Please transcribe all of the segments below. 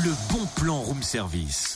Le bon plan room service.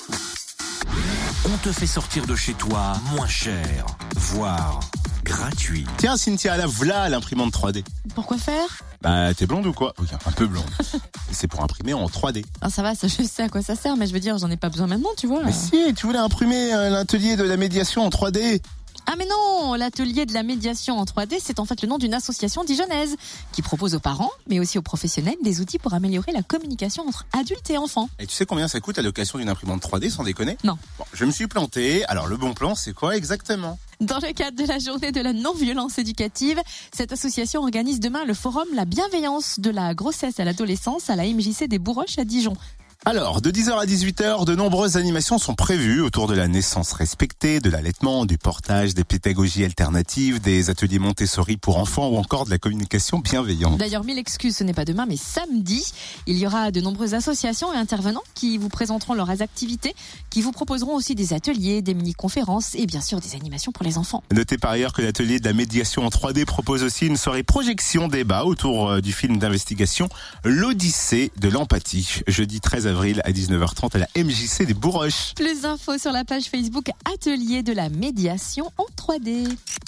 On te fait sortir de chez toi moins cher, voire gratuit. Tiens Cynthia, voilà l'imprimante 3D. Pourquoi faire? Bah t'es blonde ou quoi? Oui, un peu blonde. C'est pour imprimer en 3D. Ah, ça va, ça, je sais à quoi ça sert, mais je veux dire, j'en ai pas besoin maintenant, tu vois. Mais si, tu voulais imprimer l'atelier de la médiation en 3D. Ah mais non, l'atelier de la médiation en 3D, c'est en fait le nom d'une association dijonnaise qui propose aux parents, mais aussi aux professionnels, des outils pour améliorer la communication entre adultes et enfants. Et tu sais combien ça coûte la location d'une imprimante 3D, sans déconner? Non. Bon, je me suis planté. Alors le bon plan, c'est quoi exactement? Dans le cadre de la journée de la non-violence éducative, cette association organise demain le forum La bienveillance de la grossesse à l'adolescence à la MJC des Bourroches à Dijon. Alors, de 10h à 18h, de nombreuses animations sont prévues autour de la naissance respectée, de l'allaitement, du portage, des pédagogies alternatives, des ateliers Montessori pour enfants ou encore de la communication bienveillante. D'ailleurs, 1000 excuses, ce n'est pas demain, mais samedi. Il y aura de nombreuses associations et intervenants qui vous présenteront leurs activités, qui vous proposeront aussi des ateliers, des mini-conférences et bien sûr des animations pour les enfants. Notez par ailleurs que l'atelier de la médiation en 3D propose aussi une soirée projection débat autour du film d'investigation L'Odyssée de l'empathie, jeudi 13 avril à 19h30 à la MJC des Bourroches. Plus d'infos sur la page Facebook Atelier de la médiation en 3D.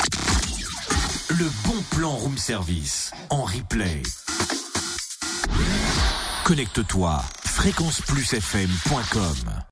Le bon plan room service en replay. Connecte-toi fréquenceplusfm.com